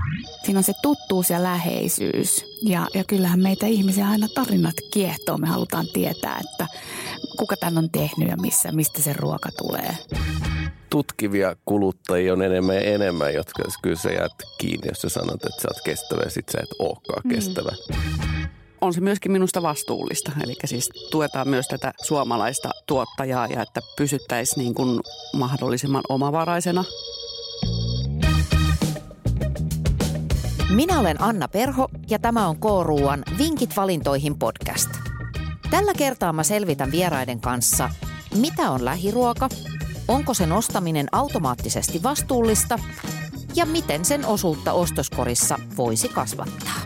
Siinä on se tuttuus ja läheisyys. Ja kyllähän meitä ihmisiä aina tarinat kiehtoo. Me halutaan tietää, että kuka tän on tehnyt ja mistä se ruoka tulee. Tutkivia kuluttajia on enemmän ja enemmän, jotka kyllä sä jäät kiinni, jos sä sanot, että sä oot kestävä ja sit sä et olekaan kestävä. On se myöskin minusta vastuullista, eli siis tuetaan myös tätä suomalaista tuottajaa ja että pysyttäisiin niin kuin mahdollisimman omavaraisena. Minä olen Anna Perho ja tämä on K-ruuan Vinkit valintoihin podcast. Tällä kertaa mä selvitän vieraiden kanssa, mitä on lähiruoka, onko sen ostaminen automaattisesti vastuullista ja miten sen osuutta ostoskorissa voisi kasvattaa.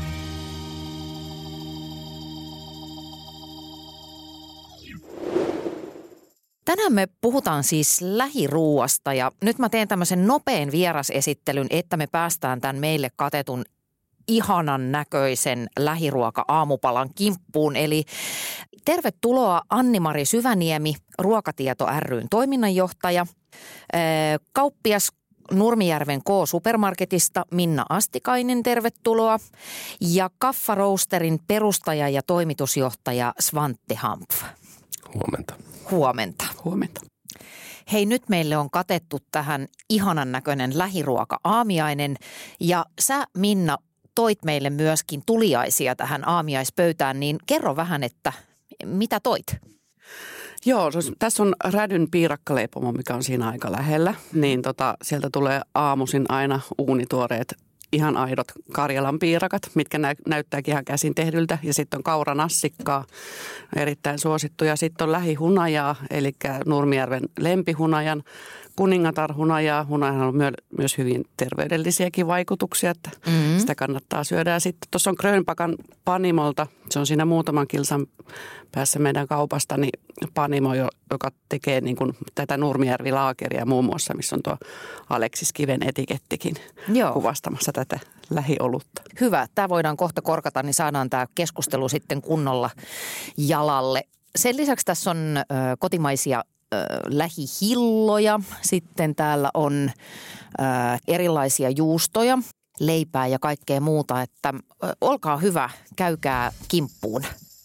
Tänään me puhutaan siis lähiruuasta ja nyt mä teen tämmöisen nopean vierasesittelyn, että me päästään tämän meille katetun ihanan näköisen lähiruoka-aamupalan kimppuun. Eli tervetuloa Anni-Mari Syväniemi, Ruokatieto ry:n toiminnanjohtaja, kauppias Nurmijärven K-supermarketista Minna Astikainen, tervetuloa, ja Kaffa Roasterin perustaja ja toimitusjohtaja Svante Hampf. Huomenta. Huomenta. Huomenta. Hei, nyt meille on katettu tähän ihanan näköinen lähiruoka-aamiainen ja sä, Minna, toit meille myöskin tuliaisia tähän aamiaispöytään, niin kerro vähän, että mitä toit? Joo, tässä on Rädyn piirakkaleipomo, mikä on siinä aika lähellä, niin sieltä tulee aamuisin aina uunituoreet ihan aidot Karjalan piirakat, mitkä näyttääkin ihan käsin tehdyltä. Ja sitten on kauranassikkaa, erittäin suosittu. Ja sitten on lähihunajaa, eli Nurmijärven lempihunajan, kuningatarhunajaa. Hunajahan on myös hyvin terveydellisiäkin vaikutuksia, että sitä kannattaa syödä. Ja sitten tuossa on Grönbakan Panimolta, se on siinä muutaman kilsan päässä meidän kaupasta, niin Panimo, joka tekee niin kuin tätä Nurmijärvi-laakeria muun muassa, missä on tuo Aleksis Kiven etikettikin kuvastamassa tätä lähiolutta. Hyvä. Tämä voidaan kohta korkata, niin saadaan tämä keskustelu sitten kunnolla jalalle. Sen lisäksi tässä on kotimaisia lähihilloja. Sitten täällä on erilaisia juustoja, leipää ja kaikkea muuta. Että olkaa hyvä, käykää kimppuun.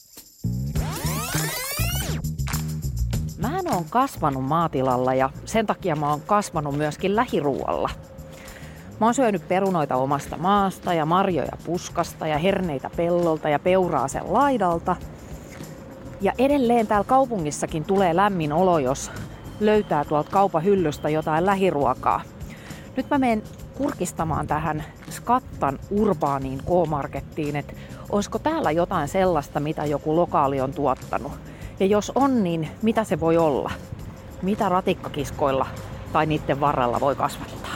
Mähän oon kasvanut maatilalla ja sen takia mä oon kasvanut myöskin lähiruualla. Mä oon syönyt perunoita omasta maasta ja marjoja puskasta ja herneitä pellolta ja peuraa sen laidalta. Ja edelleen täällä kaupungissakin tulee lämmin olo, jos löytää tuolta kaupan hyllystä jotain lähiruokaa. Nyt mä menen kurkistamaan tähän Skattan urbaaniin K-markettiin, että olisiko täällä jotain sellaista, mitä joku lokaali on tuottanut. Ja jos on, niin mitä se voi olla? Mitä ratikkakiskoilla tai niiden varrella voi kasvattaa?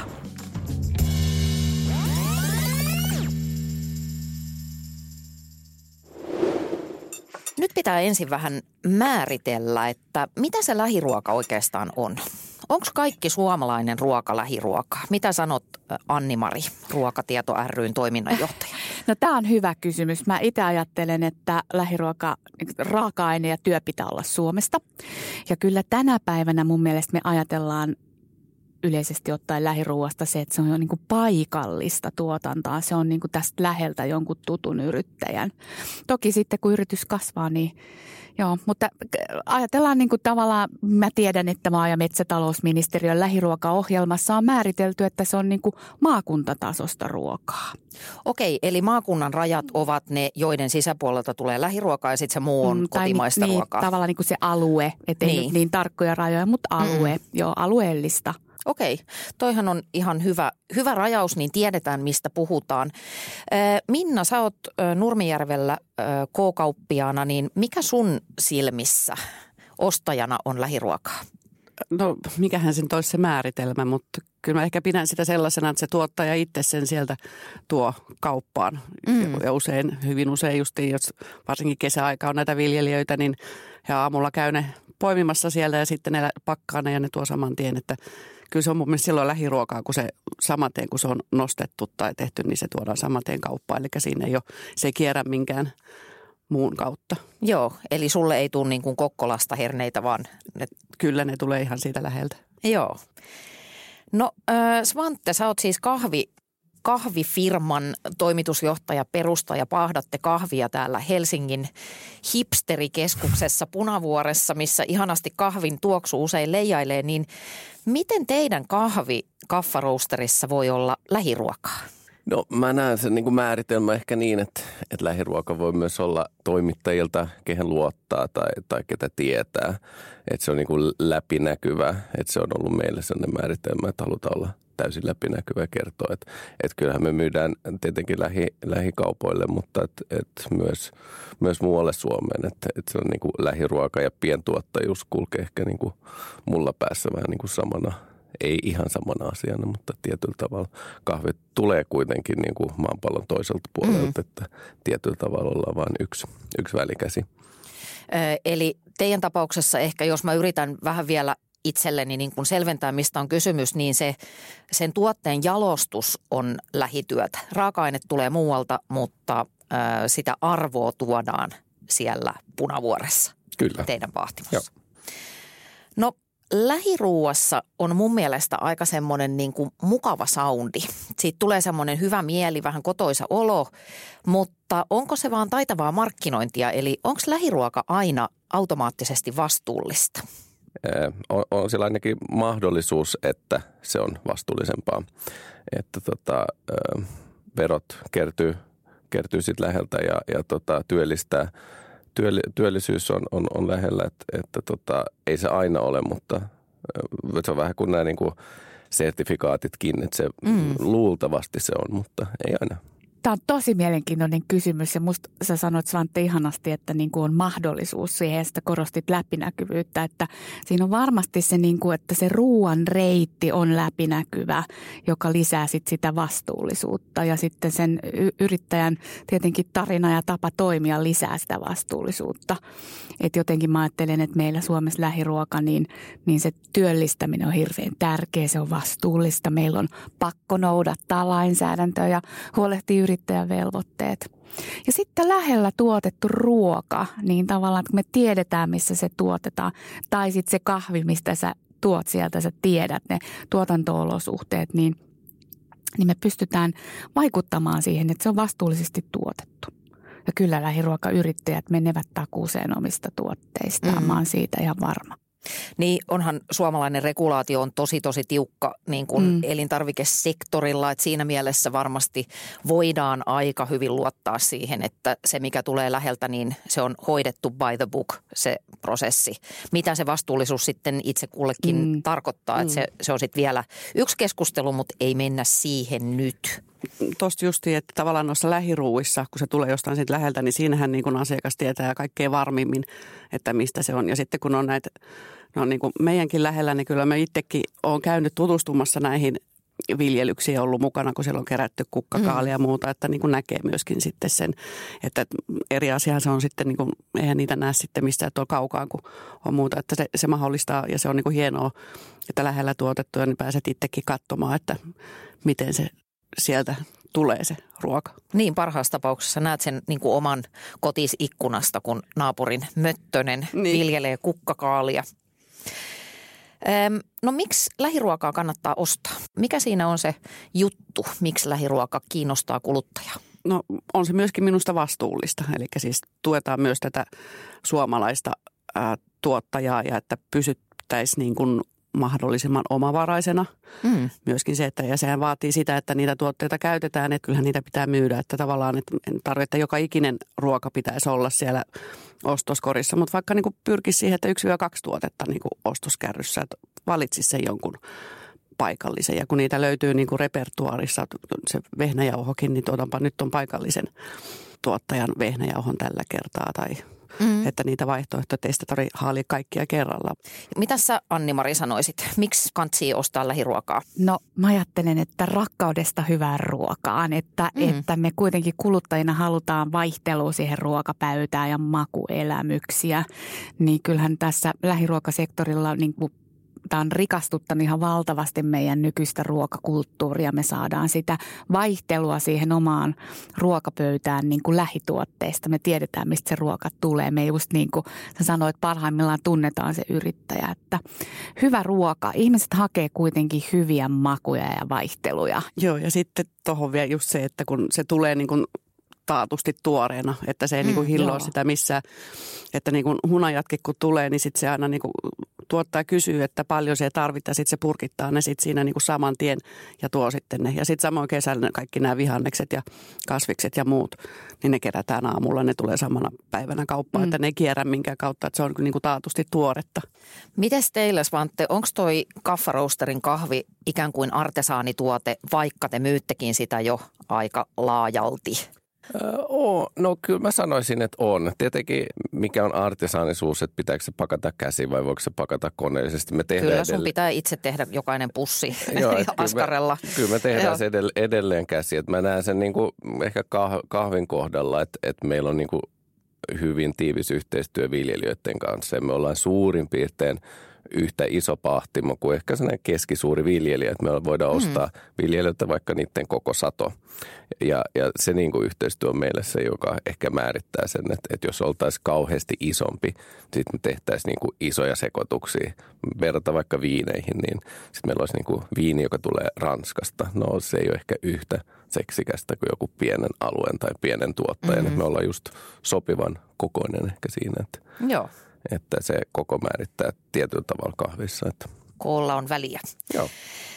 Nyt pitää ensin vähän määritellä, että mitä se lähiruoka oikeastaan on. Onko kaikki suomalainen ruoka lähiruokaa? Mitä sanot, Anni-Mari, Ruokatieto ry:n toiminnanjohtaja? No tämä on hyvä kysymys. Mä itse ajattelen, että lähiruoka, raaka-aine ja työ pitää olla Suomesta. Ja kyllä tänä päivänä mun mielestä me ajatellaan yleisesti ottaen lähiruuasta se, että se on niin kuin paikallista tuotantoa. Se on niin kuin tästä läheltä jonkun tutun yrittäjän. Toki sitten kun yritys kasvaa, niin joo, mutta ajatellaan niin kuin tavallaan, mä tiedän, että maa- ja metsätalousministeriön lähiruokaohjelmassa on määritelty, että se on niin kuin maakuntatasosta ruokaa. Okei, eli maakunnan rajat ovat ne, joiden sisäpuolelta tulee lähiruokaa ja sitten se muu on kotimaista ruokaa. Niin, tavallaan niin kuin se alue, ettei nyt niin tarkkoja rajoja, mutta alue, joo, alueellista. Okei, toihan on ihan hyvä rajaus, niin tiedetään mistä puhutaan. Minna, sä oot Nurmijärvellä K-kauppiaana, niin mikä sun silmissä ostajana on lähiruokaa? No mikähän sen olisi se määritelmä, mutta kyllä mä ehkä pidän sitä sellaisena, että se tuottaja itse sen sieltä tuo kauppaan. Ja hyvin usein justiin, jos varsinkin kesäaika on näitä viljelijöitä, niin he aamulla käy ne poimimassa sieltä ja sitten ne pakkaa ne ja ne tuo saman tien, että kyllä se on mun mielestä silloin lähiruokaa, kun se samaten kun se on nostettu tai tehty, niin se tuodaan samaten kauppaan. Eli siinä ei ole, se ei kierrä minkään muun kautta. Joo, eli sulle ei tule niin kuin Kokkolasta herneitä, vaan Kyllä ne tulee ihan siitä läheltä. Joo. No Svante, sä oot siis kahvifirman toimitusjohtaja, perustaja, paahdatte kahvia täällä Helsingin hipsterikeskuksessa Punavuoressa, missä ihanasti kahvin tuoksu usein leijailee, niin miten teidän kahvi kaffaroosterissa voi olla lähiruokaa? No mä näen sen niin kuin määritelmä ehkä niin, että lähiruoka voi myös olla toimittajilta, kehen luottaa tai ketä tietää. Että se on niin kuin läpinäkyvä, että se on ollut meille sellainen määritelmä, että halutaan olla täysin läpinäkyvä ja kertoa. Että kyllähän me myydään tietenkin lähikaupoille, mutta myös muualle Suomeen. Että se on niin kuin lähiruoka ja pientuottajuus kulkee ehkä niin kuin mulla päässä vähän niin kuin samana. Ei ihan samana asiana, mutta tietyllä tavalla kahvi tulee kuitenkin niin kuin maanpallon toiselta puolelta, että tietyllä tavalla ollaan vain yksi välikäsi. Eli teidän tapauksessa ehkä, jos mä yritän vähän vielä itselleni niin kuin selventää, mistä on kysymys, niin sen tuotteen jalostus on lähityötä. Raaka-aine tulee muualta, mutta sitä arvoa tuodaan siellä Punavuoressa. Kyllä. Teidän paahtimassa. No lähiruuassa on mun mielestä aika semmoinen niin kuin mukava soundi. Siitä tulee semmoinen hyvä mieli, vähän kotoisa olo, mutta onko se vaan taitavaa markkinointia? Eli onko lähiruoka aina automaattisesti vastuullista? On siellä ainakin mahdollisuus, että se on vastuullisempaa. Että verot kertyy sitten läheltä ja työllistää. Työllisyys on lähellä, että ei se aina ole, mutta se on vähän kuin nämä niin kuin sertifikaatitkin, että se luultavasti se on, mutta ei aina. Tämä on tosi mielenkiintoinen kysymys ja musta sä sanoit Svante ihanasti, että niin kuin on mahdollisuus siihen ja sitä korostit läpinäkyvyyttä, että siinä on varmasti se, niin kuin, että se ruoan reitti on läpinäkyvä, joka lisää sit sitä vastuullisuutta ja sitten sen yrittäjän tietenkin tarina ja tapa toimia lisää sitä vastuullisuutta. Et jotenkin mä ajattelen, että meillä Suomessa lähiruoka, niin se työllistäminen on hirveän tärkeä, se on vastuullista, meillä on pakko noudattaa lainsäädäntöä ja huolehtia yrittäjän velvoitteet. Ja sitten lähellä tuotettu ruoka, niin tavallaan kun me tiedetään, missä se tuotetaan, tai sitten se kahvi, mistä sä tuot sieltä, sä tiedät ne tuotanto-olosuhteet, niin me pystytään vaikuttamaan siihen, että se on vastuullisesti tuotettu. Ja kyllä lähiruokayrittäjät menevät takuuseen omista tuotteistaan, mä oon siitä ihan varma. Niin onhan suomalainen regulaatio on tosi tiukka niin kuin elintarvikesektorilla, että siinä mielessä varmasti voidaan aika hyvin luottaa siihen, että se mikä tulee läheltä, niin se on hoidettu by the book se prosessi. Mitä se vastuullisuus sitten itse kullekin tarkoittaa, että se on sitten vielä yksi keskustelu, mutta ei mennä siihen nyt. Tuosta justiin, että tavallaan noissa lähiruuissa, kun se tulee jostain siitä läheltä, niin siinähän niin kuin asiakas tietää kaikkein varmimmin, että mistä se on. Ja sitten kun on näitä, no niin kuin meidänkin lähellä, niin kyllä me itsekin olen käynyt tutustumassa näihin viljelyksiin ja ollut mukana, kun siellä on kerätty kukkakaalia ja muuta, että niin kuin näkee myöskin sitten sen, että eri asiahan se on sitten, niin kuin, eihän niitä näe sitten mistään tuolla kaukaan, kun on muuta, että se mahdollistaa ja se on niin kuin hienoa, että lähellä tuotettuja, niin pääset itsekin katsomaan, että miten se sieltä tulee se ruoka. Niin, parhaassa tapauksessa näet sen niin kuin oman kotisikkunasta, kun naapurin Möttönen viljelee kukkakaalia. No miksi lähiruokaa kannattaa ostaa? Mikä siinä on se juttu, miksi lähiruoka kiinnostaa kuluttajaa? No on se myöskin minusta vastuullista, eli siis tuetaan myös tätä suomalaista tuottajaa ja että pysyttäisiin niin kuin mahdollisimman omavaraisena. Myöskin se, että ja sehän vaatii sitä, että niitä tuotteita käytetään, että kyllähän niitä pitää myydä. Että tavallaan että tarvitse joka ikinen ruoka pitäisi olla siellä ostoskorissa, mutta vaikka niin kuin pyrkisi siihen, että 1-2 tuotetta niin kuin ostoskärryssä, että valitsisi sen jonkun paikallisen. Ja kun niitä löytyy niin kuin repertuaarissa, se vehnäjauhokin, niin tuotanpa nyt on paikallisen tuottajan vehnäjauhon tällä kertaa tai että niitä vaihtoehtoja teistä tarvitsee haalia kaikkia kerralla. Mitä sä, Anni-Mari, sanoisit? Miksi kantsii ostaa lähiruokaa? No mä ajattelen, että rakkaudesta hyvään ruokaan, että me kuitenkin kuluttajina halutaan vaihtelua siihen ruokapöytään ja makuelämyksiä. Niin kyllähän tässä lähiruokasektorilla niin kuin tämä on rikastuttanut ihan valtavasti meidän nykyistä ruokakulttuuria. Me saadaan sitä vaihtelua siihen omaan ruokapöytään niin kuin lähituotteista. Me tiedetään, mistä se ruoka tulee. Me just niin kuin sä sanoit, parhaimmillaan tunnetaan se yrittäjä, että hyvä ruoka. Ihmiset hakee kuitenkin hyviä makuja ja vaihteluja. Joo, ja sitten tuohon vielä just se, että kun se tulee niin kuin taatusti tuoreena, että se ei niin kuin hilloa sitä missään. Että niin kuin hunajatkin kun tulee, niin sitten se aina niin kuin tuottaja kysyy, että paljon se tarvitaan. Sitten se purkittaa ne sitten siinä niin kuin saman tien ja tuo sitten ne. Ja sitten samoin kesällä kaikki nämä vihannekset ja kasvikset ja muut, niin ne kerätään aamulla. Ne tulee samana päivänä kauppaan, että ne ei kierrä minkään kautta. Että se on niin kuin taatusti tuoretta. Mites teillä, Svante, onko toi Kaffa Roasterin kahvi ikään kuin artesaanituote, vaikka te myyttekin sitä jo aika laajalti? No kyllä mä sanoisin, että on. Tietenkin mikä on artesaanisuus, että pitääkö se pakata käsiin vai voiko se pakata koneellisesti. Me tehdään kyllä sun pitää itse tehdä jokainen pussi askarella. Kyllä me tehdään se edelleen käsiin. Että mä näen sen niin kuin ehkä kahvin kohdalla, että meillä on niin kuin hyvin tiivis yhteistyö viljelijöiden kanssa. Ja me ollaan suurin piirtein yhtä iso pahtimo kuin ehkä sellainen keskisuuri viljelijä, että me voidaan ostaa viljelijöiltä vaikka niiden koko sato. Ja se niin kuin yhteistyö on meille se, joka ehkä määrittää sen, että jos oltaisiin kauheasti isompi, sitten me tehtäisiin niin kuin isoja sekoituksia. Verrata vaikka viineihin, niin sitten meillä olisi niin kuin viini, joka tulee Ranskasta. No se ei ole ehkä yhtä seksikästä kuin joku pienen alueen tai pienen tuottajan. Me ollaan just sopivan kokoinen ehkä siinä, Joo. Että se koko määrittää tietyllä tavalla kahvissa. Että. Koolla on väliä. Joo.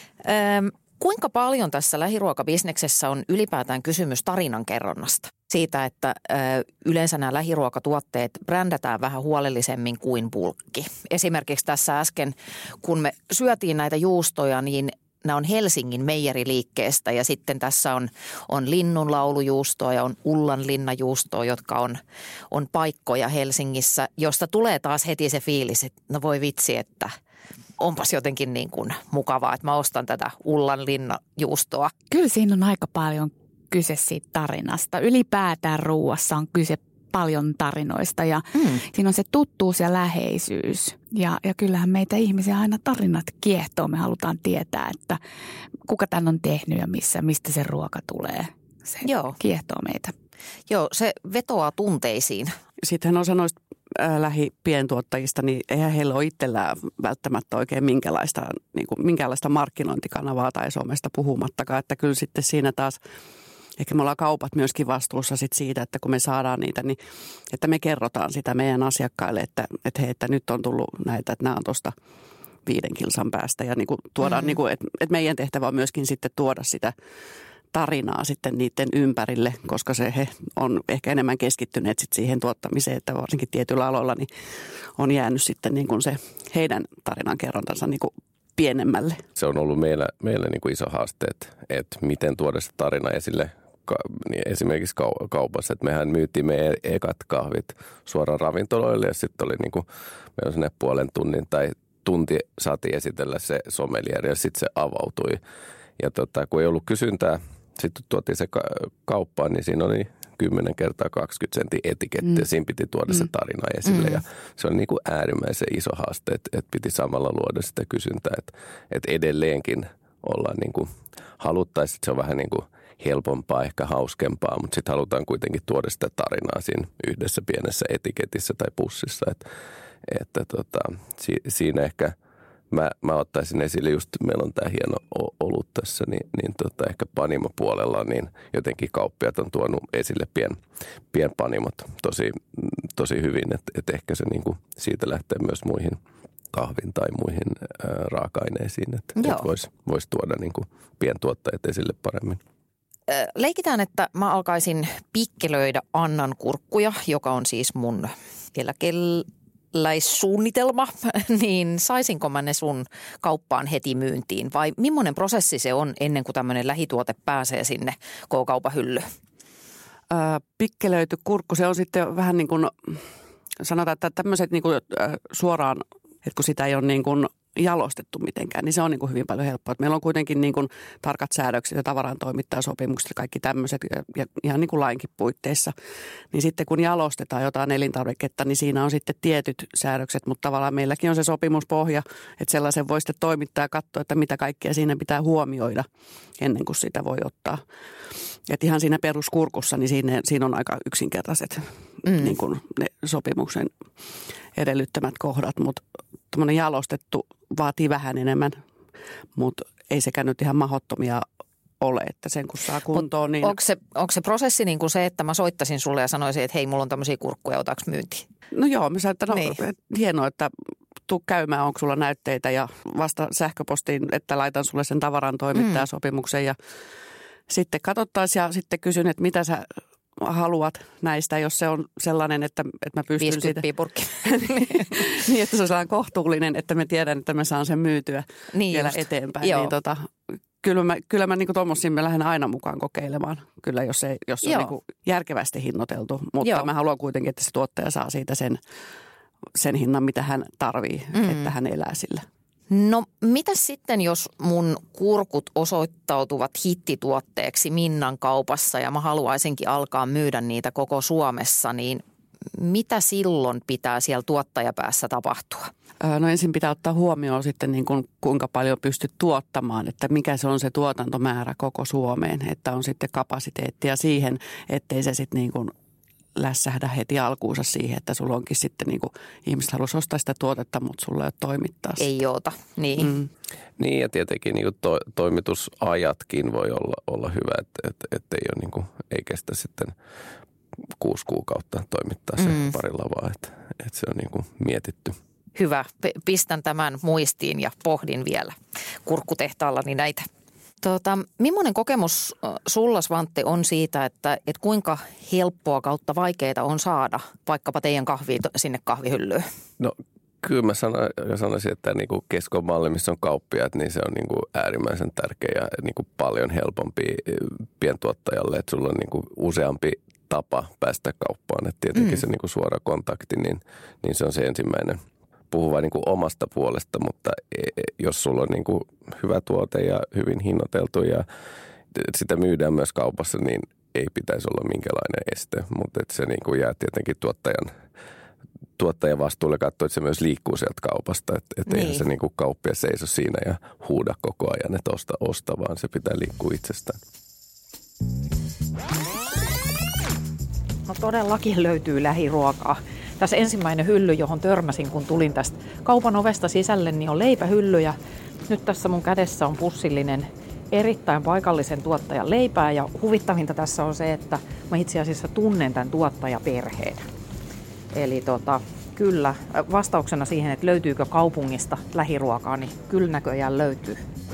Kuinka paljon tässä lähiruokabisneksessä on ylipäätään kysymys tarinankerronnasta? Siitä, että yleensä nämä lähiruokatuotteet brändätään vähän huolellisemmin kuin bulkki. Esimerkiksi tässä äsken, kun me syötiin näitä juustoja, niin nämä on Helsingin meijeriliikkeestä ja sitten tässä on linnunlaulujuustoa ja on Ullanlinnajuustoa, jotka on paikkoja Helsingissä, josta tulee taas heti se fiilis, että no voi vitsi, että onpas jotenkin niin kuin mukavaa, että mä ostan tätä Ullanlinnajuustoa. Kyllä siinä on aika paljon kyse siitä tarinasta. Ylipäätään ruuassa on kyse paljon tarinoista ja siinä on se tuttuus ja läheisyys. Ja kyllähän meitä ihmisiä aina tarinat kiehtoo. Me halutaan tietää, että kuka tän on tehnyt ja mistä se ruoka tulee. Se kiehtoo meitä. Joo, se vetoaa tunteisiin. Sitten osa noista lähipientuottajista, niin eihän heillä ole itsellään välttämättä oikein minkäänlaista markkinointikanavaa tai somesta puhumattakaan. Että kyllä sitten siinä taas ehkä me ollaan kaupat myöskin vastuussa sit siitä, että kun me saadaan niitä, niin että me kerrotaan sitä meidän asiakkaille, että hei, että nyt on tullut näitä, että nämä on tuosta 5 kilsan päästä. Ja niin kuin tuodaan, niin kuin, että meidän tehtävä on myöskin sitten tuoda sitä tarinaa sitten niiden ympärille, koska he on ehkä enemmän keskittyneet sit siihen tuottamiseen, että varsinkin tietyillä aloilla niin on jäänyt sitten niin kuin se heidän tarinankerrontansa niin kuin pienemmälle. Se on ollut meillä niin kuin iso haaste, että miten tuoda se tarina esille esimerkiksi kaupassa. Että mehän myytiin meidän ekat kahvit suoraan ravintoloille ja sitten oli niin kuin meillä on puolen tunnin tai tunti saatiin esitellä se sommelier ja sitten se avautui. Ja kun ei ollut kysyntää, sitten tuotiin se kauppaan, niin siinä oli 10 x 20 sentin etiketti ja siinä piti tuoda se tarina esille. Ja se on niin kuin äärimmäisen iso haaste, että piti samalla luoda sitä kysyntää, että edelleenkin ollaan niin kuin, haluttaisiin, että se on vähän niin kuin helpompaa, ehkä hauskempaa, mutta sitten halutaan kuitenkin tuoda sitä tarinaa siinä yhdessä pienessä etiketissä tai pussissa, että siinä ehkä mä ottaisin esille just, meillä on tämä hieno olut tässä, niin ehkä panimopuolella, niin jotenkin kauppiat on tuonut esille pienpanimot tosi hyvin, että ehkä se niin kuin siitä lähtee myös muihin kahvin tai muihin raaka-aineisiin, että vois tuoda niin kuin pientuottajat esille paremmin. Leikitään, että mä alkaisin pikkelöidä Annan kurkkuja, joka on siis mun eläkeläissuunnitelma, niin saisinko mä ne sun kauppaan heti myyntiin? Vai millainen prosessi se on ennen kuin tämmöinen lähituote pääsee sinne K-kaupan hyllyyn? Pikkelöity kurkku, se on sitten vähän niin kuin, sanotaan, että tämmöiset niin kuin suoraan, että kun sitä ei ole niin kuin jalostettu mitenkään, niin se on niin kuin hyvin paljon helppoa. Meillä on kuitenkin niin kuin tarkat säädökset ja tavaran toimittajasopimukset ja kaikki tämmöiset ja ihan niin kuin lainkin puitteissa. Niin sitten kun jalostetaan jotain elintarviketta, niin siinä on sitten tietyt säädökset, mutta tavallaan meilläkin on se sopimuspohja, että sellaisen voi sitten toimittaa ja katsoa, että mitä kaikkea siinä pitää huomioida ennen kuin sitä voi ottaa. Että ihan siinä peruskurkussa, niin siinä on aika yksinkertaiset niin kuin ne sopimuksen edellyttämät kohdat, mutta tuommoinen jalostettu vaatii vähän enemmän, mutta ei sekään nyt ihan mahdottomia ole, että sen kun saa kuntoon. Niin Onko se prosessi niin kuin se, että mä soittaisin sulle ja sanoisin, että hei, mulla on tämmöisiä kurkkuja, otaks myyntiin? No joo, mä sanoin, että niin. Hienoa, että tuu käymään, onko sulla näytteitä ja vasta sähköpostiin, että laitan sulle sen tavaran toimittajasopimuksen ja sitten katsottaisiin ja sitten kysyn, että mitä sä haluat näistä, jos se on sellainen, että mä pystyn 50 siitä. purkki. Niin, että se on sellainen kohtuullinen, että me tiedän, että mä saan sen myytyä vielä just. eteenpäin. Joo. Niin kyllä mä niin tommosia me lähden aina mukaan kokeilemaan, kyllä jos se on niin järkevästi hinnoiteltu. Mutta mä haluan kuitenkin, että se tuottaja saa siitä sen hinnan, mitä hän tarvii, että hän elää sillä. No mitä sitten, jos mun kurkut osoittautuvat hittituotteeksi Minnan kaupassa ja mä haluaisinkin alkaa myydä niitä koko Suomessa, niin mitä silloin pitää siellä tuottajapäässä tapahtua? No ensin pitää ottaa huomioon sitten niin kuin kuinka paljon pystyt tuottamaan, että mikä se on se tuotantomäärä koko Suomeen, että on sitten kapasiteettia siihen, ettei se sitten niin kuin lässähdä heti alkuunsa siihen, että sulla onkin sitten niin kuin ihmiset haluaisi ostaa sitä tuotetta, mutta sulla ei ole toimittaa sitä. Ei ota, niin. Niin ja tietenkin niin kuin toimitusajatkin voi olla hyvä, että ei, ole, niin kuin, ei kestä sitten 6 kuukautta toimittaa se parilla vaan, että se on niin kuin mietitty. Hyvä, pistän tämän muistiin ja pohdin vielä kurkkutehtaallani näitä. Millainen kokemus sulla, Svante, on siitä, että kuinka helppoa kautta vaikeaa on saada vaikkapa teidän kahvia sinne kahvihyllyyn? No kyllä mä sanoisin, että niin kuin Keskon malli, missä on kauppiaat, niin se on niin kuin äärimmäisen tärkeä ja niin kuin paljon helpompi pientuottajalle, että sulla on niin kuin useampi tapa päästä kauppaan. Että tietenkin se niin kuin suora kontakti, niin se on se ensimmäinen. Puhuu vain niin kuin omasta puolesta, mutta jos sulla on niin kuin hyvä tuote ja hyvin hinnoiteltu ja sitä myydään myös kaupassa, niin ei pitäisi olla minkälainen este. Mutta se niin kuin jää tietenkin tuottajan vastuulle katsoa, että se myös liikkuu sieltä kaupasta. Että eihän se niin kuin kauppia seiso siinä ja huuda koko ajan, että osta, vaan se pitää liikkua itsestään. No todellakin löytyy lähiruokaa. Tässä ensimmäinen hylly, johon törmäsin, kun tulin tästä kaupan ovesta sisälle, niin on leipähylly. Ja nyt tässä mun kädessä on pussillinen erittäin paikallisen tuottajan leipää. Ja huvittavinta tässä on se, että mä itse asiassa tunnen tämän tuottajaperheen. Eli kyllä vastauksena siihen, että löytyykö kaupungista lähiruokaa, niin kyllä näköjään löytyy.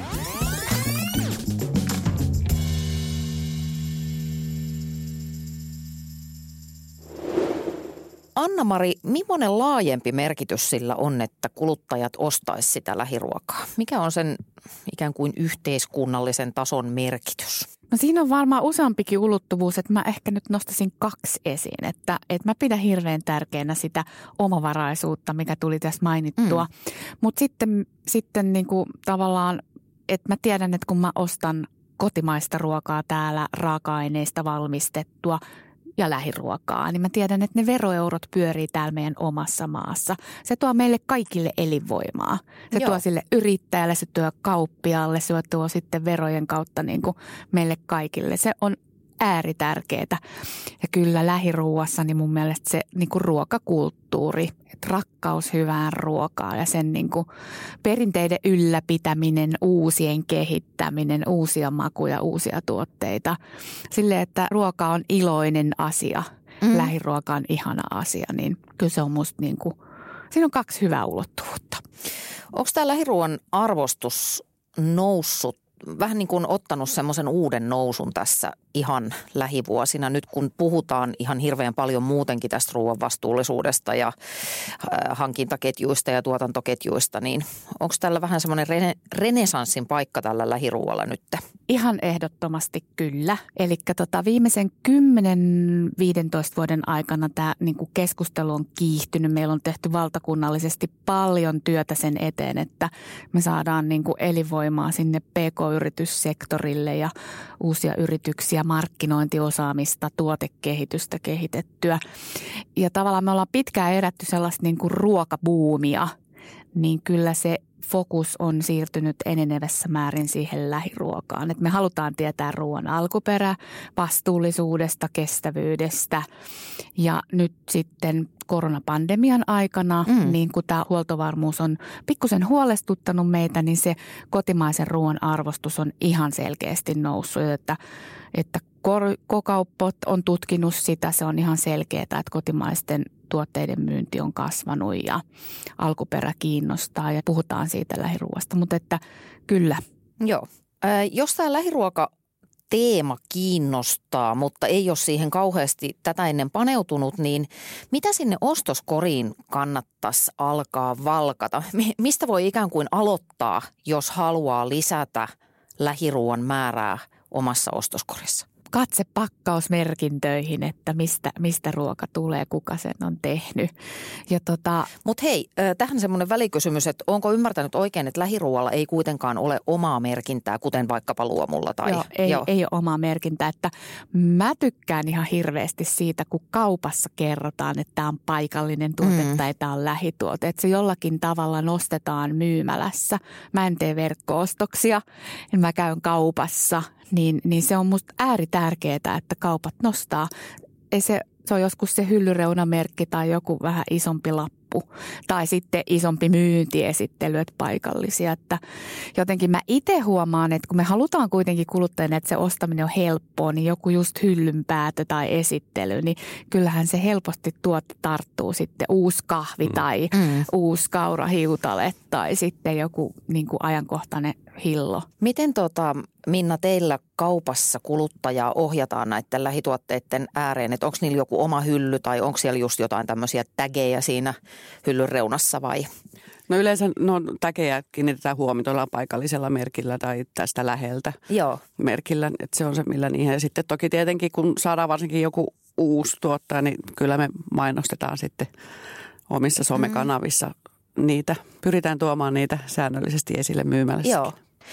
Anna-Mari, millainen laajempi merkitys sillä on, että kuluttajat ostaisi sitä lähiruokaa? Mikä on sen ikään kuin yhteiskunnallisen tason merkitys? No siinä on varmaan useampikin ulottuvuus, että mä ehkä nyt nostaisin 2 esiin. Että mä pidän hirveän tärkeänä sitä omavaraisuutta, mikä tuli tässä mainittua. Mutta sitten niin kuin tavallaan, että mä tiedän, että kun mä ostan kotimaista ruokaa täällä, raaka-aineista valmistettua ja lähiruokaa, niin mä tiedän, että ne veroeurot pyörii täällä meidän omassa maassa. Se tuo meille kaikille elinvoimaa. Se tuo sille yrittäjälle, se tuo kauppialle, se tuo sitten verojen kautta niin kuin meille kaikille. Se on ääritärkeää. Ja kyllä lähiruuassa niin mun mielestä se niin kuin ruokakulttuuri, että rakkaus hyvään ruokaan ja sen niin kuin perinteiden ylläpitäminen, uusien kehittäminen, uusia makuja, uusia tuotteita. Silleen, että ruoka on iloinen asia, lähiruoka on ihana asia, niin kyllä se on musta niin kuin, siinä on 2 hyvää ulottuvuutta. Onko tämä lähiruoan arvostus noussut vähän niin kuin ottanut semmoisen uuden nousun tässä ihan lähivuosina. Nyt kun puhutaan ihan hirveän paljon muutenkin tästä ruoan vastuullisuudesta ja hankintaketjuista ja tuotantoketjuista, niin onko tällä vähän semmoinen renesanssin paikka tällä lähiruoalla nyt? Ihan ehdottomasti kyllä. Eli viimeisen 10-15 vuoden aikana tämä niinku keskustelu on kiihtynyt. Meillä on tehty valtakunnallisesti paljon työtä sen eteen, että me saadaan niinku elinvoimaa sinne PK-yrityssektorille ja uusia yrityksiä, markkinointiosaamista, tuotekehitystä kehitettyä. Ja tavallaan me ollaan pitkään erätty sellaista niinku ruokabuumia, niin kyllä se fokus on siirtynyt enenevässä määrin siihen lähiruokaan. Et me halutaan tietää ruoan alkuperä, vastuullisuudesta, kestävyydestä ja nyt sitten koronapandemian aikana, niin kun tämä huoltovarmuus on pikkusen huolestuttanut meitä, niin se kotimaisen ruoan arvostus on ihan selkeästi noussut, että K-kauppat on tutkinut sitä, se on ihan selkeää, että kotimaisten tuotteiden myynti on kasvanut ja alkuperä kiinnostaa ja puhutaan siitä lähiruoasta, mutta että kyllä. Joo. Jos tämä lähiruoka-teema kiinnostaa, mutta ei ole siihen kauheasti tätä ennen paneutunut, niin mitä sinne ostoskoriin kannattaisi alkaa valkata? Mistä voi ikään kuin aloittaa, jos haluaa lisätä lähiruoan määrää omassa ostoskorissa? Katse pakkausmerkintöihin, että mistä ruoka tulee, kuka sen on tehnyt. Mutta hei, tähän semmoinen välikysymys, että onko ymmärtänyt oikein, että lähiruoalla ei kuitenkaan ole omaa merkintää, kuten vaikkapa luomulla tai... Joo, ei ole omaa merkintää. Että mä tykkään ihan hirveästi siitä, kun kaupassa kerrotaan, että tämä on paikallinen tuote tai tämä on lähituote. Että se jollakin tavalla nostetaan myymälässä. Mä en tee verkko-ostoksia, mä käyn kaupassa. Niin se on musta ääritärkeää, että kaupat nostaa. Se on joskus se hyllyreunamerkki tai joku vähän isompi lappu tai sitten isompi myyntiesittely, että paikallisia. Että jotenkin mä itse huomaan, että kun me halutaan kuitenkin kuluttajille, että se ostaminen on helppoa, niin joku just hyllynpäätö tai esittely, niin kyllähän se helposti tarttuu sitten uusi kahvi tai uusi kaurahiutale tai sitten joku niin kuin ajankohtainen hillo. Miten Minna, teillä kaupassa kuluttajaa ohjataan näiden lähituotteiden ääreen? Että onko niillä joku oma hylly tai onko siellä just jotain tämmöisiä tägejä siinä hyllyn reunassa vai? No yleensä tägejä kiinnitetään huomioon paikallisella merkillä tai tästä läheltä merkillä. Että se on se, millä niihin. Ja sitten toki tietenkin, kun saadaan varsinkin joku uusi tuottaja, niin kyllä me mainostetaan sitten omissa somekanavissa niitä. Pyritään tuomaan niitä säännöllisesti esille myymälässäkin. Joo.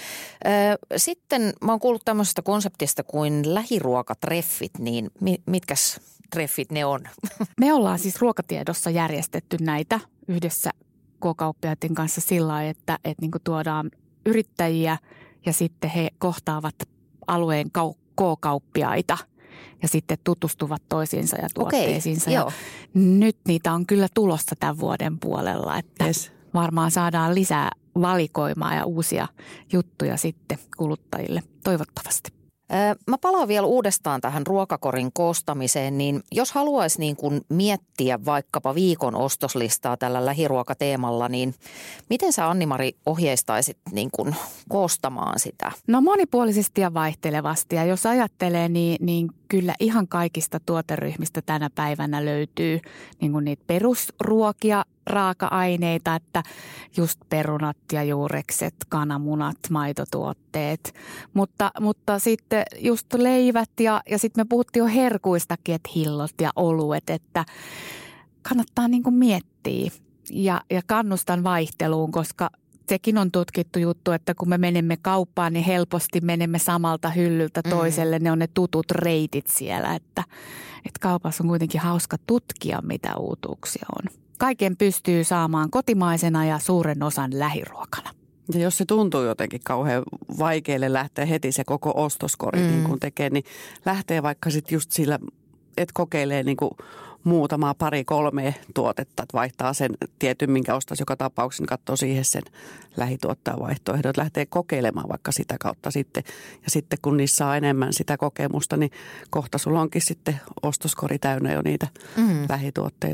Sitten mä oon kuullut tämmöisestä konseptista kuin lähiruokatreffit, niin mitkäs treffit ne on? Me ollaan siis Ruokatiedossa järjestetty näitä yhdessä K-kauppiaiden kanssa sillä lailla, että niin kuin tuodaan yrittäjiä ja sitten he kohtaavat alueen K-kauppiaita ja sitten tutustuvat toisiinsa ja tuotteisiinsa. Ja nyt niitä on kyllä tulossa tämän vuoden puolella, että varmaan saadaan lisää valikoimaa ja uusia juttuja sitten kuluttajille, toivottavasti. Mä palaan vielä uudestaan tähän ruokakorin koostamiseen, niin jos haluaisi niin kuin miettiä vaikkapa viikon ostoslistaa tällä lähiruokateemalla, niin miten sä, Anni-Mari, ohjeistaisit niin kuin koostamaan sitä? No monipuolisesti ja vaihtelevasti, ja jos ajattelee, niin kyllä ihan kaikista tuoteryhmistä tänä päivänä löytyy niin kuin niitä perusruokia, raaka-aineita, että just perunat ja juurekset, kananmunat, maitotuotteet, mutta sitten just leivät ja sitten me puhuttiin jo herkuistakin, että hillot ja oluet, että kannattaa niin kuin miettiä ja kannustan vaihteluun, koska sekin on tutkittu juttu, että kun me menemme kauppaan, niin helposti menemme samalta hyllyltä toiselle. Ne on ne tutut reitit siellä, että kaupassa on kuitenkin hauska tutkia, mitä uutuuksia on. Kaiken pystyy saamaan kotimaisena ja suuren osan lähiruokana. Ja jos se tuntuu jotenkin kauhean vaikealle lähteä heti se koko ostoskori niin kun tekee, niin lähtee vaikka sitten just sillä, että kokeilee niin kuin muutamaa 2-3 tuotetta, että vaihtaa sen tietyn, minkä ostaisi joka tapauksessa, niin katsoo siihen sen lähituottajan vaihtoehdot, lähtee kokeilemaan vaikka sitä kautta sitten. Ja sitten kun niissä saa enemmän sitä kokemusta, niin kohta sulla onkin sitten ostoskori täynnä jo niitä lähituotteita.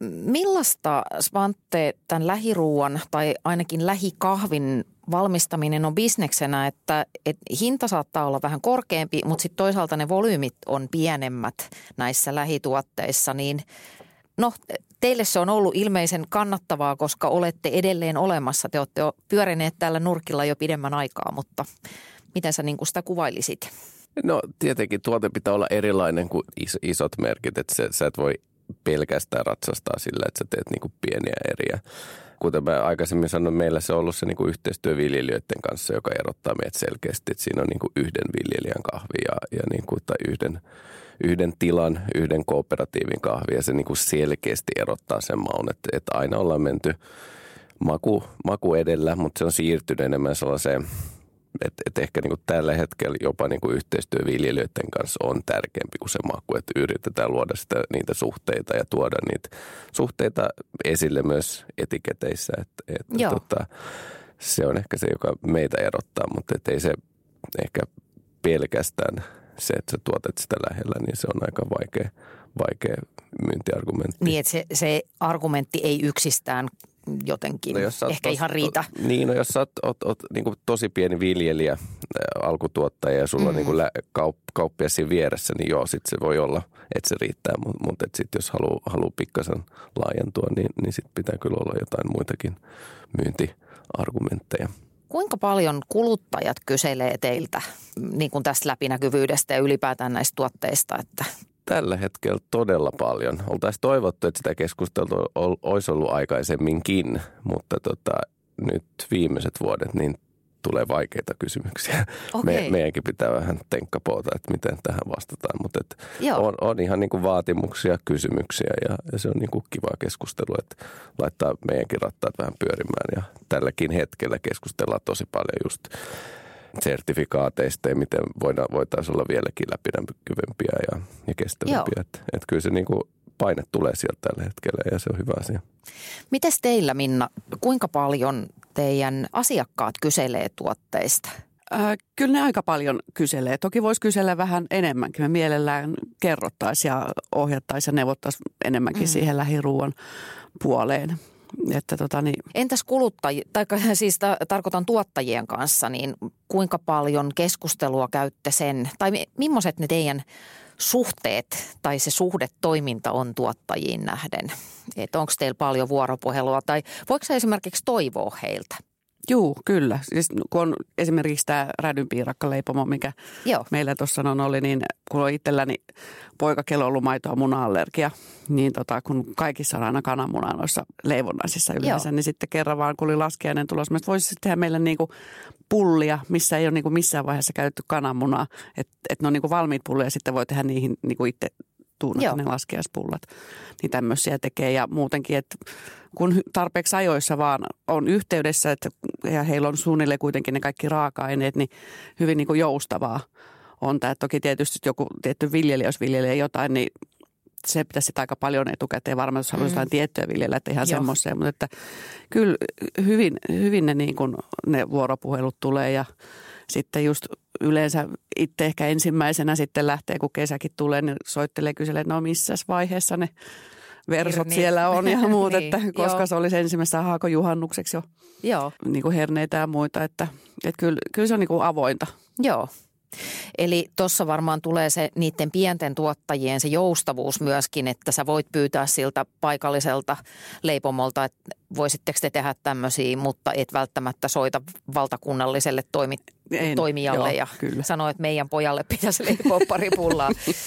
millaista, Svante, tämän lähiruuan tai ainakin lähikahvin valmistaminen on bisneksenä, että hinta saattaa olla vähän korkeampi, mutta sitten toisaalta ne volyymit on pienemmät näissä lähituotteissa, niin no teille se on ollut ilmeisen kannattavaa, koska olette edelleen olemassa. Te olette jo pyörineet täällä nurkilla jo pidemmän aikaa, mutta miten sä niin kuin sitä kuvailisit? No tietenkin tuote pitää olla erilainen kuin isot merkit, että sä et voi pelkästään ratsastaa sillä, että sä teet niin kuin pieniä eriä. Kuten mä aikaisemmin sanoin, meillä se on ollut se niin kuin yhteistyö viljelijöiden kanssa, joka erottaa meidät selkeästi, että siinä on niin kuin yhden viljelijän kahvi ja niin kuin, tai yhden tilan, yhden kooperatiivin kahvi ja se niin kuin selkeästi erottaa sen maun, että aina ollaan menty maku edellä, mutta se on siirtynyt enemmän sellaiseen, että ehkä niin kuin tällä hetkellä jopa niin kuin yhteistyö viljelijöiden kanssa on tärkeämpi kuin se maku, että yritetään luoda niitä suhteita ja tuoda niitä suhteita esille myös etiketeissä, että se on ehkä se, joka meitä erottaa, mutta ei se ehkä pelkästään se, että sä tuotat sitä lähellä, niin se on aika vaikea myyntiargumentti. Niin, että se argumentti ei yksistään jotenkin ehkä ihan riitä. Jos sä oot niin kuin tosi pieni viljelijä, alkutuottaja ja sulla on niin kuin kauppias siinä vieressä, niin joo, sitten se voi olla, että se riittää. Mutta sitten jos haluaa pikkasen laajentua, niin sitten pitää kyllä olla jotain muitakin myyntiargumentteja. Kuinka paljon kuluttajat kyselee teiltä niin kuin tästä läpinäkyvyydestä ja ylipäätään näistä tuotteista, että tällä hetkellä todella paljon. Oltaisiin toivottu, että sitä keskustelua olisi ollut aikaisemminkin, mutta nyt viimeiset vuodet niin tulee vaikeita kysymyksiä. Okay. Meidänkin pitää vähän tenkkapoota, että miten tähän vastataan, mutta on ihan niin kuin vaatimuksia, kysymyksiä ja se on niin kuin kivaa keskustelua, että laittaa meidänkin rattaat vähän pyörimään ja tälläkin hetkellä keskustellaan tosi paljon just sertifikaateista ja miten voitaisiin olla vieläkin läpinäkyvämpiä ja kestävämpiä. Että kyllä se niin kuin paine tulee sieltä tällä hetkellä ja se on hyvä asia. Mites teillä, Minna, kuinka paljon teidän asiakkaat kyselee tuotteista? Kyllä ne aika paljon kyselee. Toki voisi kysellä vähän enemmänkin. Me mielellään kerrottaisiin ja ohjattaisiin ja neuvottaisiin enemmänkin siihen lähiruuan puoleen. Että Entäs kuluttajia, tai siis tarkoitan tuottajien kanssa, niin kuinka paljon keskustelua käytte sen, tai millaiset ne teidän suhteet tai se suhdetoiminta on tuottajiin nähden? Että onko teillä paljon vuoropuhelua tai voiko se esimerkiksi toivoa heiltä? Juu, kyllä. Siis, kun on esimerkiksi tämä rädynpiirakkaleipomo, mikä meillä tuossa oli, niin kun on itselläni poika, kello ollut maito- ja muna-allergia, niin kun kaikissa on aina kananmunaa noissa leivonnaisissa yleensä, niin sitten kerran vaan, kun oli laskiainen tulos, että voisi tehdä meille niinku pullia, missä ei ole niinku missään vaiheessa käytetty kananmunaa, että ne on niinku valmiit pullia ja sitten voi tehdä niihin niinku itse tuunata ne laskiaispullat. Niin tämmöisiä tekee ja muutenkin, että kun tarpeeksi ajoissa vaan on yhteydessä, että ja heillä on suunnilleen kuitenkin ne kaikki raaka-aineet, niin hyvin niin kuin joustavaa on tämä. Toki tietysti joku tietty viljelijä, jos viljelee jotain, niin se pitäisi sitä aika paljon etukäteen varmaan, jos haluaa jotain tiettyä viljellä, että ihan semmoisia. Mutta että kyllä hyvin ne, niin kuin, ne vuoropuhelut tulee ja sitten just yleensä itse ehkä ensimmäisenä sitten lähtee, kun kesäkin tulee, niin soittelee kyselee, että no missäs vaiheessa ne versot siellä on ja muut, niin, että koska se olisi ensimmäisessä haakojuhannukseksi jo niin kuin herneitä ja muita, että kyllä se on niin kuin avointa. Joo. Eli tuossa varmaan tulee se niiden pienten tuottajien se joustavuus myöskin, että sä voit pyytää siltä paikalliselta leipomolta, että voisitteko te tehdä tämmöisiä, mutta et välttämättä soita valtakunnalliselle toimijalle ja sano, että meidän pojalle pitäisi leipoa pari pullaa.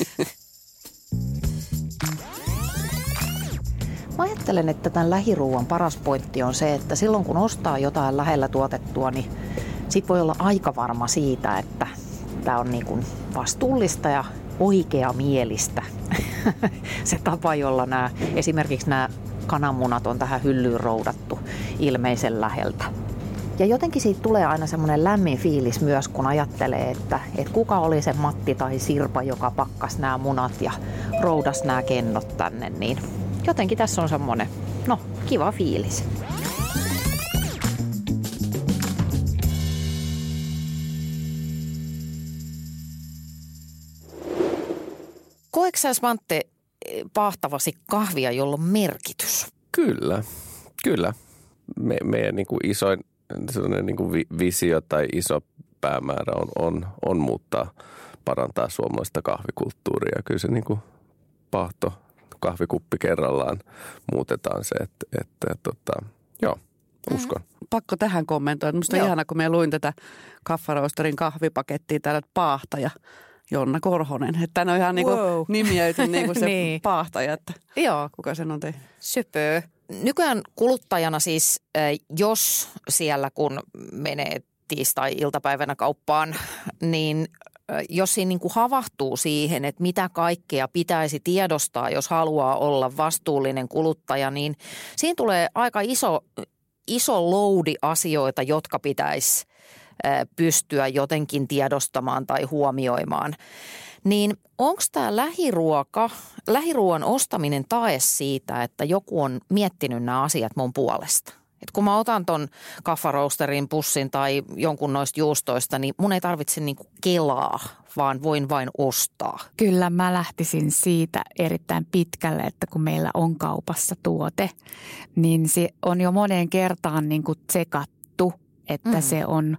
Mä ajattelen, että tämän lähiruuan paras pointti on se, että silloin kun ostaa jotain lähellä tuotettua, niin sit voi olla aika varma siitä, että tämä on niin kuin vastuullista ja oikeamielistä. Se tapa, jolla esimerkiksi nämä kananmunat on tähän hyllyyn roudattu ilmeisen läheltä. Ja jotenkin siitä tulee aina semmoinen lämmin fiilis myös, kun ajattelee, että kuka oli se Matti tai Sirpa, joka pakkasi nämä munat ja roudasi nämä kennot tänne, niin jotenkin tässä on semmoinen, kiva fiilis. Koetko sä, Svante, paahtavasi kahvia, jolla on merkitys? Kyllä. Meidän niin kuin isoin sellainen niin kuin visio tai iso päämäärä on parantaa suomalaista kahvikulttuuria. Kyllä se niin kuin kahvikuppi kerrallaan muutetaan se, että uskon. Pakko tähän kommentoida. Minusta on ihana, kun me luin tätä Kaffaroosterin kahvipakettia täällä, paahtaja Jonna Korhonen. Että tämä on ihan niin kuin nimiyty niin kuin se niin. Paahtaja, että kuka sen on tehnyt. Söpö. Nykyään kuluttajana siis, jos siellä kun menee tiistai-iltapäivänä kauppaan, niin jos siinä niin kuin havahtuu siihen, että mitä kaikkea pitäisi tiedostaa, jos haluaa olla vastuullinen kuluttaja, niin siinä tulee aika iso loudi asioita, jotka pitäisi pystyä jotenkin tiedostamaan tai huomioimaan. Niin onko tämä lähiruoan ostaminen tae siitä, että joku on miettinyt nämä asiat mun puolesta? Et kun mä otan ton Kaffaroosterin pussin tai jonkun noista juustoista, niin mun ei tarvitse niinku kelaa, vaan voin vain ostaa. Kyllä mä lähtisin siitä erittäin pitkälle, että kun meillä on kaupassa tuote, niin se on jo moneen kertaan niinku tsekattu, että se on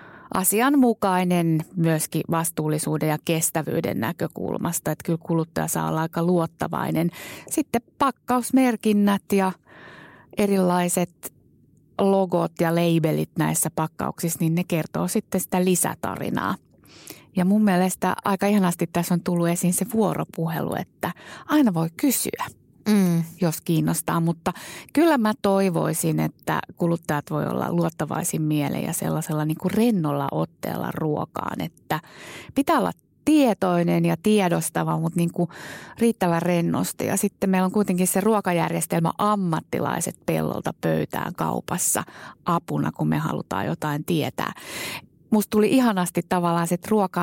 asianmukainen myöskin vastuullisuuden ja kestävyyden näkökulmasta. Että kyllä kuluttaja saa olla aika luottavainen. Sitten pakkausmerkinnät ja erilaiset logot ja labelit näissä pakkauksissa, niin ne kertoo sitten sitä lisätarinaa. Ja mun mielestä aika ihanasti tässä on tullut esiin se vuoropuhelu, että aina voi kysyä, jos kiinnostaa. Mutta kyllä mä toivoisin, että kuluttajat voi olla luottavaisin mieleen ja sellaisella niin kuin rennolla otteella ruokaan, että pitää olla tietoinen ja tiedostava, mutta niin kuin riittävän rennosti. Ja sitten meillä on kuitenkin se ruokajärjestelmä ammattilaiset pellolta pöytään kaupassa apuna, kun me halutaan jotain tietää. Musta tuli ihanasti tavallaan se, että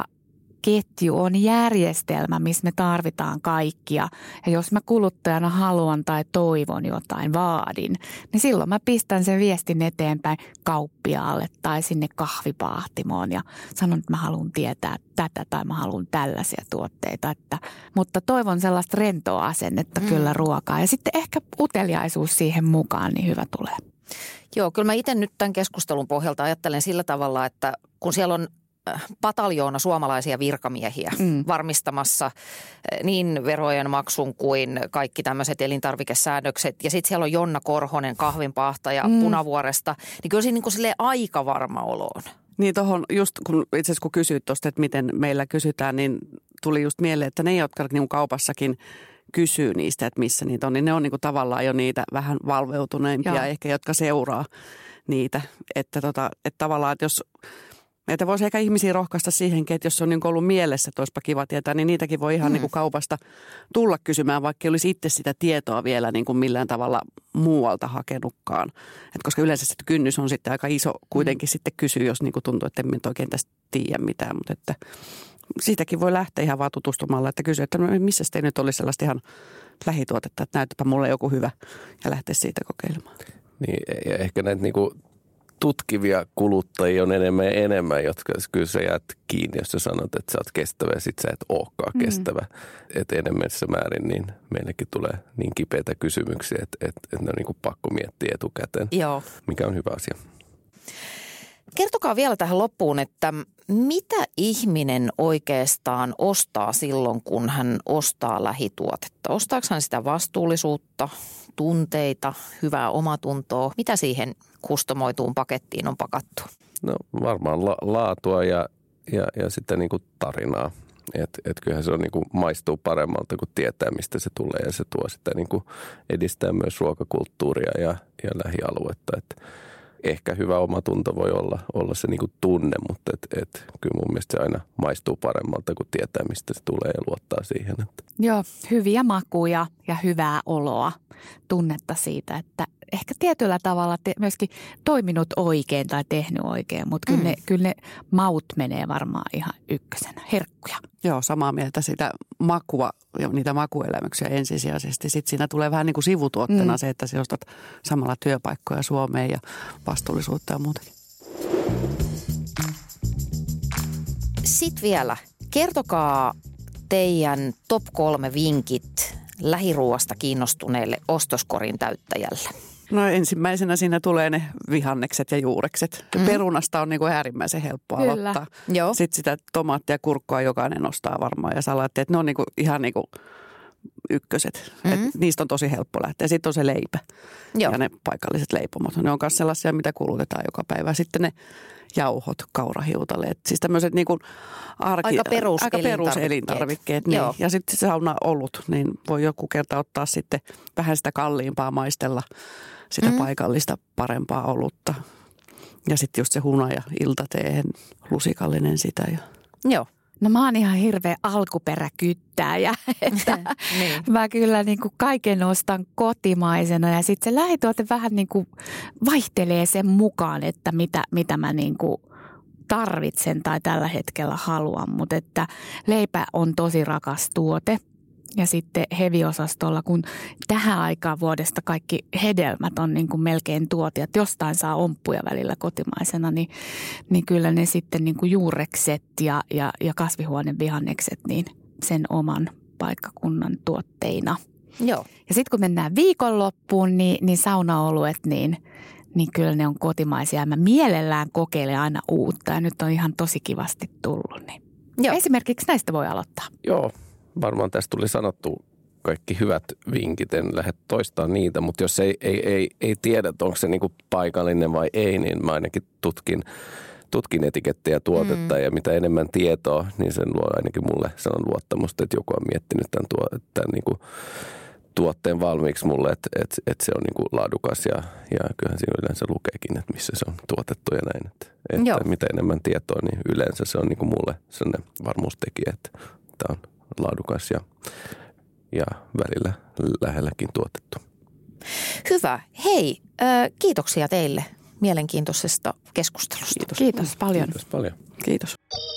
ruokaketju on järjestelmä, missä me tarvitaan kaikkia. Ja jos mä kuluttajana haluan tai toivon jotain, vaadin, niin silloin mä pistän sen viestin eteenpäin kauppiaalle tai sinne kahvipahtimoon ja sanon, että mä haluan tietää tätä tai mä haluan tällaisia tuotteita. Mutta toivon sellaista rentoa asennetta kyllä ruokaa ja sitten ehkä uteliaisuus siihen mukaan, niin hyvä tulee. Joo, kyllä mä itse nyt tämän keskustelun pohjalta ajattelen sillä tavalla, että kun siellä on pataljoona suomalaisia virkamiehiä varmistamassa niin verojen maksun kuin kaikki tämmöiset elintarvikesäännökset. Ja sitten siellä on Jonna Korhonen, kahvinpaahtaja Punavuoresta, niin kyllä siinä niin kuin silleen aika varma olo on. Niin tuohon just itse asiassa kun kysyit tuosta, että miten meillä kysytään, niin tuli just mieleen, että ne, jotka niin kaupassakin kysyy niistä, että missä niitä on, niin ne on niin kuin tavallaan jo niitä vähän valveutuneimpia ehkä, jotka seuraa niitä. Että tavallaan, että jos meitä voisi ehkä ihmisiä rohkaista siihenkin, että jos on niin ollut mielessä, että olisipa kiva tietää, niin niitäkin voi ihan niin kuin kaupasta tulla kysymään, vaikka ei olisi itse sitä tietoa vielä niin kuin millään tavalla muualta hakenutkaan. Et koska yleensä se kynnys on sitten aika iso kuitenkin sitten kysyä, jos niin kuin tuntuu, että en nyt oikein tästä tiedä mitään, mutta että siitäkin voi lähteä ihan vaan tutustumalla, että kysyä, että missä te nyt olisi sellaista ihan lähituotetta, että näyttäpä mulle joku hyvä ja lähteä siitä kokeilemaan. Niin, ja ehkä näitä niinku tutkivia kuluttajia on enemmän, jotka kyllä sä jäät kiinni, jos sä sanot, että sä oot kestävä ja sit sä et olekaan kestävä. Että enemmässä määrin niin meillekin tulee niin kipeitä kysymyksiä, että ne on niinku pakko miettiä etukäteen, mikä on hyvä asia. Kertokaa vielä tähän loppuun, että mitä ihminen oikeastaan ostaa silloin, kun hän ostaa lähituotetta? Ostaako hän sitä vastuullisuutta, tunteita, hyvää omatuntoa? Mitä siihen kustomoituun pakettiin on pakattu? No varmaan laatua ja sitten niin kuin tarinaa. Et kyllähän se on niin kuin maistuu paremmalta, kun tietää, mistä se tulee ja se tuo sitä niin kuin edistää myös ruokakulttuuria ja lähialuetta. Ehkä hyvä omatunto voi olla se niinku tunne, mutta kyllä mun mielestä se aina maistuu paremmalta, kun tietää, mistä se tulee ja luottaa siihen. Joo, hyviä makuja ja hyvää oloa, tunnetta siitä, että ehkä tietyllä tavalla myöskin toiminut oikein tai tehnyt oikein, mutta kyllä ne maut menee varmaan ihan ykkösenä, herkkuja. Joo, samaa mieltä sitä makua ja niitä makuelämyksiä ensisijaisesti. Sitten siinä tulee vähän niin kuin sivutuotteena se, että sä ostat samalla työpaikkoja Suomeen ja vastuullisuutta ja muutakin. Sitten vielä, kertokaa teidän top 3 vinkit lähiruuasta kiinnostuneelle ostoskorin täyttäjälle? No ensimmäisenä siinä tulee ne vihannekset ja juurekset. Perunasta on niin kuin äärimmäisen helppo aloittaa. Joo. Sitten sitä tomaattia ja kurkkua jokainen ostaa varmaan ja salaattia. Ne on niin kuin, ihan niin kuin ykköset. Niistä on tosi helppo lähteä. Sitten on se leipä ja ne paikalliset leipomot. Ne on myös sellaisia, mitä kulutetaan joka päivä. Sitten ne jauhot, kaurahiutaleet. Siis tämmöiset niin kuin aika peruselintarvikkeet. Niin. Ja sitten se saunaolut, niin voi joku kerta ottaa sitten vähän sitä kalliimpaa, maistella sitä paikallista parempaa olutta. Ja sitten just se hunaja iltateehen, lusikallinen sitä. Joo. No mä oon ihan hirveä alkuperäkyttääjä, että niin. Mä kyllä niin kuin kaiken ostan kotimaisena ja sitten se lähituote vähän niin kuin vaihtelee sen mukaan, että mitä mä niin kuin tarvitsen tai tällä hetkellä haluan, mutta että leipä on tosi rakas tuote. Ja sitten heavy-osastolla, kun tähän aikaan vuodesta kaikki hedelmät on niin kuin melkein tuotia, että jostain saa omppuja välillä kotimaisena, niin kyllä ne sitten niin kuin juurekset ja kasvihuonevihannekset niin sen oman paikkakunnan tuotteina. Joo. Ja sitten kun mennään viikonloppuun, niin saunaoluet, niin kyllä ne on kotimaisia. Ja mä mielellään kokeilen aina uutta ja nyt on ihan tosi kivasti tullut. Niin. Joo. Esimerkiksi näistä voi aloittaa. Joo. Varmaan tässä tuli sanottu kaikki hyvät vinkit, en lähde toistamaan niitä, mutta jos ei tiedä, että onko se niinku paikallinen vai ei, niin mä ainakin tutkin etikettejä tuotetta ja mitä enemmän tietoa, niin sen luo ainakin mulle sellainen luottamusta, että joku on miettinyt tämän niinku tuotteen valmiiksi mulle, että se on niinku laadukas ja kyllähän siinä yleensä lukeekin, että missä se on tuotettu ja näin. Että mitä enemmän tietoa, niin yleensä se on niinku mulle sellainen varmuustekijä, että tämä on laadukas ja välillä lähelläkin tuotettu. Hyvä. Hei, kiitoksia teille mielenkiintoisesta keskustelusta. Kiitos paljon. Kiitos paljon. Kiitos.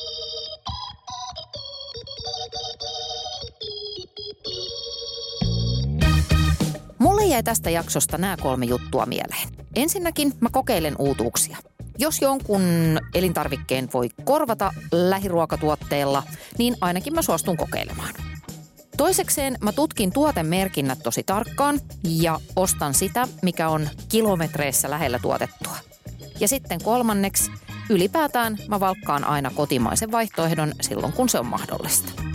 Mulle jäi tästä jaksosta nämä 3 juttua mieleen. Ensinnäkin mä kokeilen uutuuksia. Jos jonkun elintarvikkeen voi korvata lähiruokatuotteella, niin ainakin mä suostun kokeilemaan. Toisekseen mä tutkin tuotemerkinnät tosi tarkkaan ja ostan sitä, mikä on kilometreissä lähellä tuotettua. Ja sitten 3. ylipäätään mä valkkaan aina kotimaisen vaihtoehdon silloin, kun se on mahdollista.